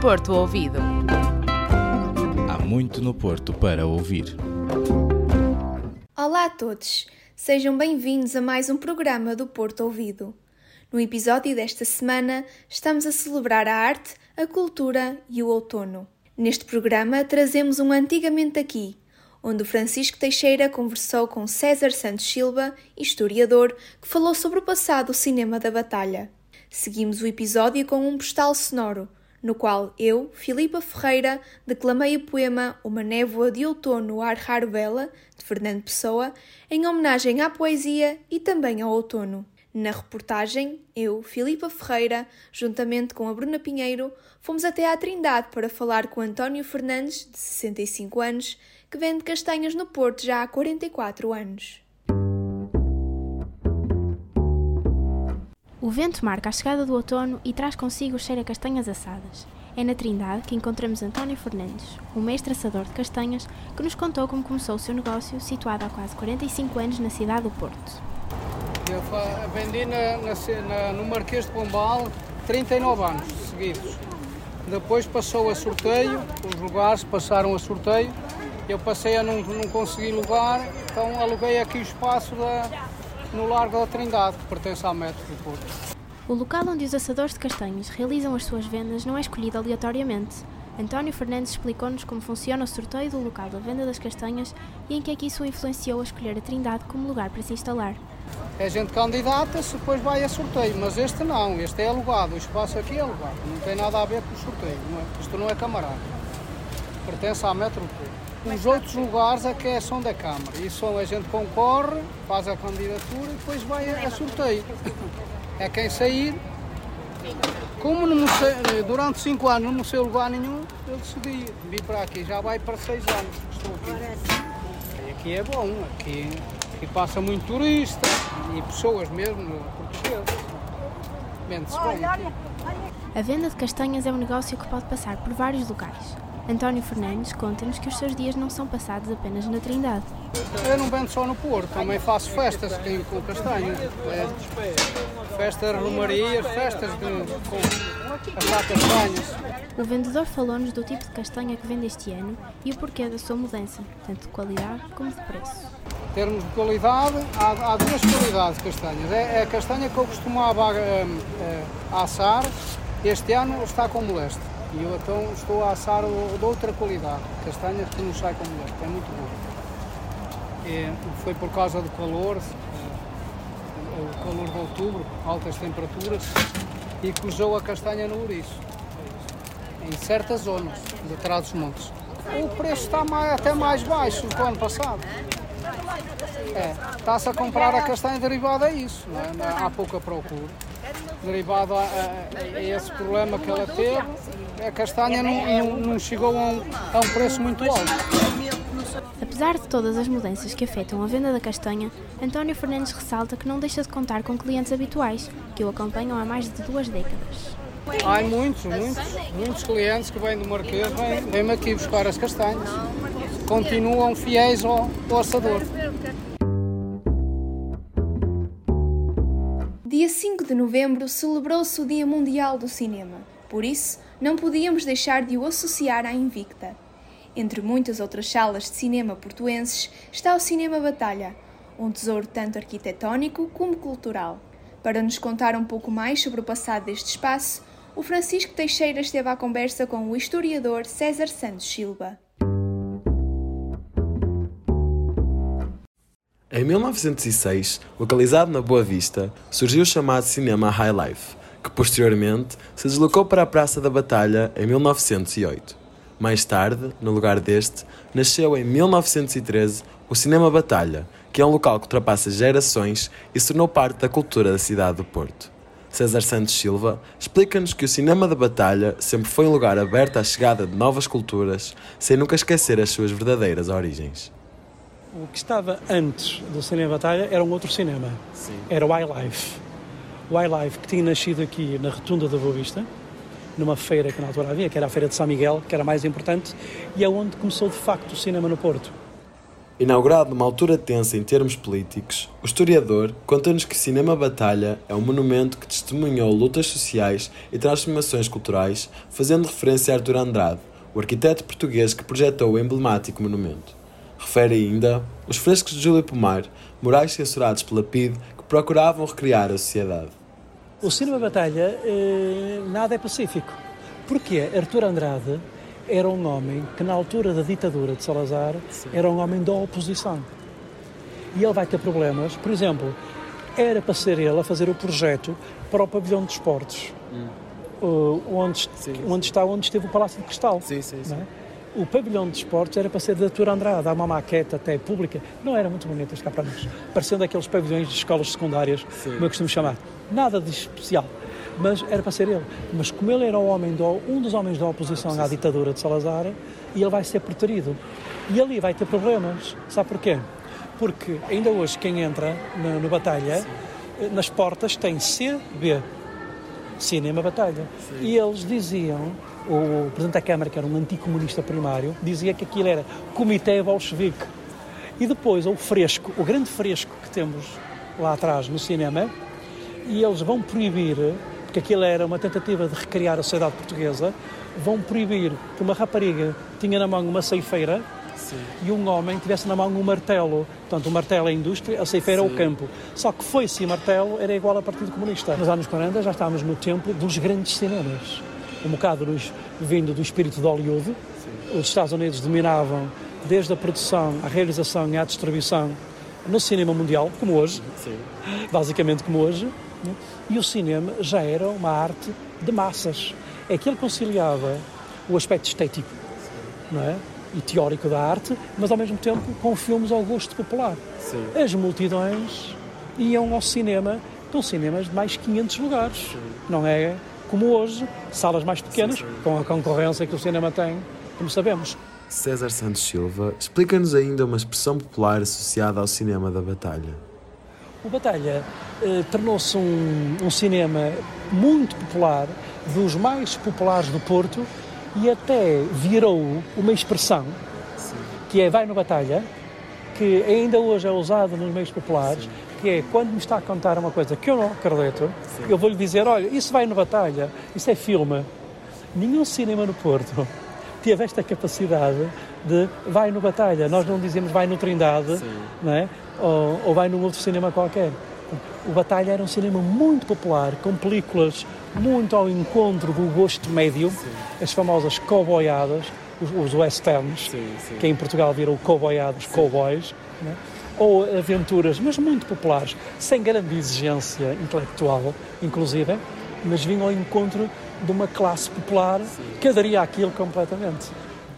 Porto Ouvido. Há muito no Porto para ouvir. Olá a todos, sejam bem-vindos a mais um programa do Porto Ouvido. No episódio desta semana estamos a celebrar a arte, a cultura e o outono. Neste programa trazemos um Antigamente Aqui, onde o Francisco Teixeira conversou com César Santos Silva, historiador, que falou sobre o passado do cinema da batalha. Seguimos o episódio com um postal sonoro, no qual eu, Filipa Ferreira, declamei o poema Uma Névoa de Outono Ar Raro Bela, de Fernando Pessoa, em homenagem à poesia e também ao outono. Na reportagem, eu, Filipa Ferreira, juntamente com a Bruna Pinheiro, fomos até à Trindade para falar com António Fernandes, de 65 anos, que vende castanhas no Porto já há 44 anos. O vento marca a chegada do outono e traz consigo o cheiro a castanhas assadas. É na Trindade que encontramos António Fernandes, um mestre assador de castanhas, que nos contou como começou o seu negócio, situado há quase 45 anos na cidade do Porto. Eu vendi no Marquês de Pombal 39 anos seguidos. Depois passou a sorteio, os lugares passaram a sorteio. Eu passei a não conseguir lugar, então aluguei aqui o espaço no Largo da Trindade, que pertence à Metro do Porto. O local onde os assadores de castanhas realizam as suas vendas não é escolhido aleatoriamente. António Fernandes explicou-nos como funciona o sorteio do local da venda das castanhas e em que é que isso o influenciou a escolher a Trindade como lugar para se instalar. A gente candidata-se, depois vai a sorteio, mas este não, este é alugado, o espaço aqui é alugado, não tem nada a ver com o sorteio, não é? Isto não é camarada, pertence à Metro do Porto. Os outros lugares é que são da Câmara, e a gente concorre, faz a candidatura e depois vai a sorteio. É quem sair. Como durante 5 anos não sei lugar nenhum, eu decidi vir para aqui, já vai para 6 anos que estou aqui. E aqui é bom, aqui passa muito turista e pessoas mesmo portuguesas. Vende-se bem aqui. A venda de castanhas é um negócio que pode passar por vários locais. António Fernandes conta-nos que os seus dias não são passados apenas na Trindade. Eu não vendo só no Porto, também faço festas com castanhas. Festas de romarias, festas com assar castanhas. O vendedor falou-nos do tipo de castanha que vende este ano e o porquê da sua mudança, tanto de qualidade como de preço. Em termos de qualidade, há duas qualidades de castanhas. É a castanha que eu costumava assar, este ano está com moleste. E eu então estou a assar de outra qualidade, castanhas que não sai com moleste, é muito bom. Foi por causa do calor, o calor de outubro, altas temperaturas, e cruzou a castanha no ouriço, em certas zonas de Trás-os-Montes. O preço está até mais baixo do que o ano passado. Está-se a comprar a castanha derivada a isso, não é? Há pouca procura. Derivado a esse problema que ela teve, a castanha não chegou a um preço muito alto. Apesar de todas as mudanças que afetam a venda da castanha, António Fernandes ressalta que não deixa de contar com clientes habituais, que o acompanham há mais de 2 décadas. Há muitos clientes que vêm do Marquês, vêm aqui buscar as castanhas. Continuam fiéis ao assador. Dia 5 de novembro celebrou-se o Dia Mundial do Cinema. Por isso, não podíamos deixar de o associar à Invicta. Entre muitas outras salas de cinema portuenses está o Cinema Batalha, um tesouro tanto arquitetónico como cultural. Para nos contar um pouco mais sobre o passado deste espaço, o Francisco Teixeira esteve à conversa com o historiador César Santos Silva. Em 1906, localizado na Boa Vista, surgiu o chamado Cinema High Life, que posteriormente se deslocou para a Praça da Batalha em 1908. Mais tarde, no lugar deste, nasceu em 1913 o Cinema Batalha, que é um local que ultrapassa gerações e se tornou parte da cultura da cidade do Porto. César Santos Silva explica-nos que o Cinema da Batalha sempre foi um lugar aberto à chegada de novas culturas, sem nunca esquecer as suas verdadeiras origens. O que estava antes do Cinema Batalha era um outro cinema. Sim. Era o iLife. O iLife que tinha nascido aqui na Rotunda da Boa Vista, numa feira que na altura havia, que era a Feira de São Miguel, que era a mais importante, e é onde começou de facto o cinema no Porto. Inaugurado numa altura tensa em termos políticos, o historiador conta-nos que o Cinema Batalha é um monumento que testemunhou lutas sociais e transformações culturais, fazendo referência a Artur Andrade, o arquiteto português que projetou o emblemático monumento. Refere ainda os frescos de Júlio Pomar, murais censurados pela PIDE, que procuravam recriar a sociedade. O Cinema Batalha nada é pacífico. Porque Artur Andrade era um homem que, na altura da ditadura de Salazar, era um homem da oposição. E ele vai ter problemas. Por exemplo, era para ser ele a fazer o projeto para o pavilhão de esportes, onde esteve o Palácio de Cristal. Não é? O pavilhão de esportes era para ser de Artur Andrade. Há uma maquete até pública. Não era muito bonita, cá para nós. Parecendo aqueles pavilhões de escolas secundárias, como eu costumo chamar. Nada de especial. Mas era para ser ele. Mas como ele era um dos homens da oposição à ditadura de Salazar, e ele vai ser preterido. E ali vai ter problemas. Sabe porquê? Porque ainda hoje quem entra no Batalha, nas portas tem CB, Cinema Batalha. E eles diziam, o Presidente da Câmara, que era um anticomunista primário, dizia que aquilo era Comitê Bolchevique. E depois o grande fresco que temos lá atrás no cinema, e eles vão proibir, porque aquilo era uma tentativa de recriar a sociedade portuguesa, vão proibir que uma rapariga tinha na mão uma ceifeira e um homem tivesse na mão um martelo. Portanto, o martelo é a indústria, a ceifeira é o campo. Só que foice e martelo era igual ao Partido Comunista. Nos anos 40 já estávamos no tempo dos grandes cinemas. Um bocado vindo do espírito de Hollywood. Os Estados Unidos dominavam desde a produção, à realização e à distribuição no cinema mundial, como hoje, basicamente como hoje. E o cinema já era uma arte de massas. É que ele conciliava o aspecto estético, não é? E teórico da arte, mas ao mesmo tempo com filmes ao gosto popular. As multidões iam ao cinema com cinemas de mais 500 lugares. Não é como hoje, salas mais pequenas, com a concorrência que o cinema tem, como sabemos. César Santos Silva explica-nos ainda uma expressão popular associada ao cinema da Batalha. O Batalha tornou-se um cinema muito popular, dos mais populares do Porto, e até virou uma expressão, que é vai no Batalha, que ainda hoje é usada nos meios populares, que é quando me está a contar uma coisa que eu não acredito, eu vou-lhe dizer, olha, isso vai no Batalha, isso é filme. Nenhum cinema no Porto teve esta capacidade de vai no Batalha. Nós não dizemos vai no Trindade, não é? Ou vai num outro cinema qualquer. O Batalha era um cinema muito popular, com películas muito ao encontro do gosto médio, as famosas cowboyadas, os westerns, que em Portugal viram cowboyadas, cowboys, né? Ou aventuras, mas muito populares, sem grande exigência intelectual, inclusive, mas vinham ao encontro de uma classe popular que aderia àquilo completamente.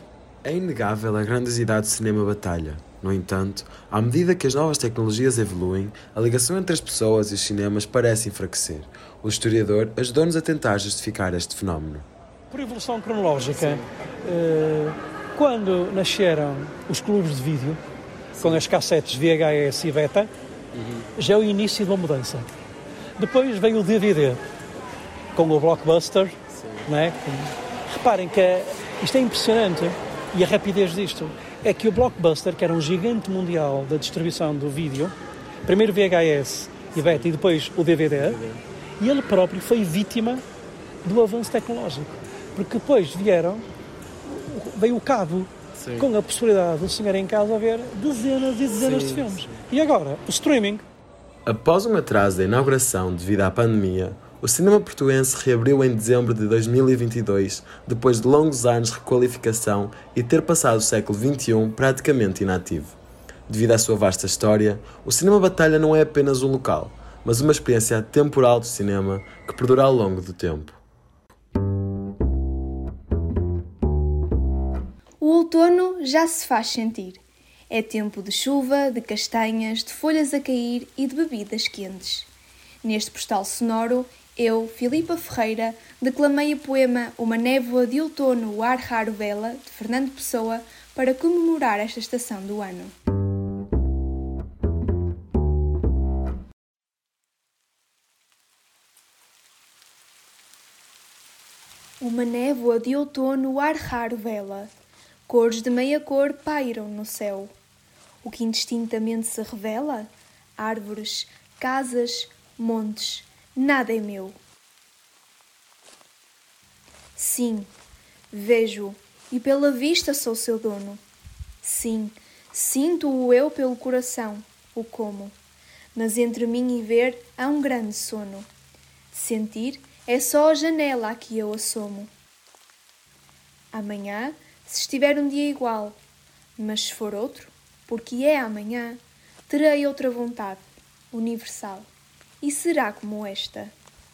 É inegável a grandiosidade do cinema Batalha. No entanto, à medida que as novas tecnologias evoluem, a ligação entre as pessoas e os cinemas parece enfraquecer. O historiador ajudou-nos a tentar justificar este fenómeno. Por evolução cronológica, quando nasceram os clubes de vídeo, com as cassetes VHS e Beta, já é o início de uma mudança. Depois veio o DVD, com o Blockbuster, não é? Reparem que isto é impressionante, e a rapidez disto é que o Blockbuster, que era um gigante mundial da distribuição do vídeo, primeiro VHS e Beta e depois o DVD, e ele próprio foi vítima do avanço tecnológico, porque depois veio o cabo, com a possibilidade do senhor em casa ver dezenas e dezenas de filmes. E agora, o streaming. Após um atraso da inauguração devido à pandemia, o cinema portuense reabriu em dezembro de 2022, depois de longos anos de requalificação e ter passado o século XXI praticamente inativo. Devido à sua vasta história, o Cinema Batalha não é apenas um local, mas uma experiência atemporal do cinema que perdura ao longo do tempo. O outono já se faz sentir. É tempo de chuva, de castanhas, de folhas a cair e de bebidas quentes. Neste postal sonoro, eu, Filipa Ferreira, declamei o poema Uma névoa de outono, o ar raro vela, de Fernando Pessoa, para comemorar esta estação do ano. Uma névoa de outono, o ar raro vela. Cores de meia cor pairam no céu. O que indistintamente se revela? Árvores, casas, montes, nada é meu. Sim, vejo-o, e pela vista sou seu dono. Sim, sinto-o eu pelo coração, o como. Mas entre mim e ver há um grande sono. Sentir é só a janela a que eu assomo. Amanhã, se estiver um dia igual, mas se for outro, porque é amanhã, terei outra vontade, universal, e será como esta.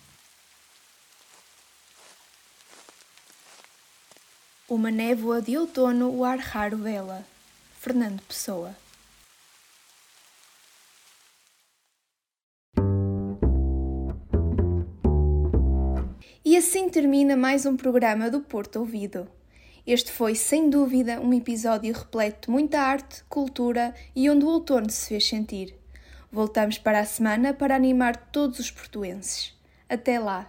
Uma névoa de outono o ar raro vela. Fernando Pessoa. E assim termina mais um programa do Porto Ouvido. Este foi, sem dúvida, um episódio repleto de muita arte, cultura e onde o outono se fez sentir. Voltamos para a semana para animar todos os portuenses. Até lá!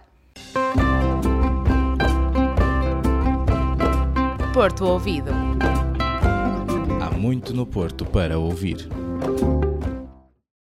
Porto Ouvido. Há muito no Porto para ouvir.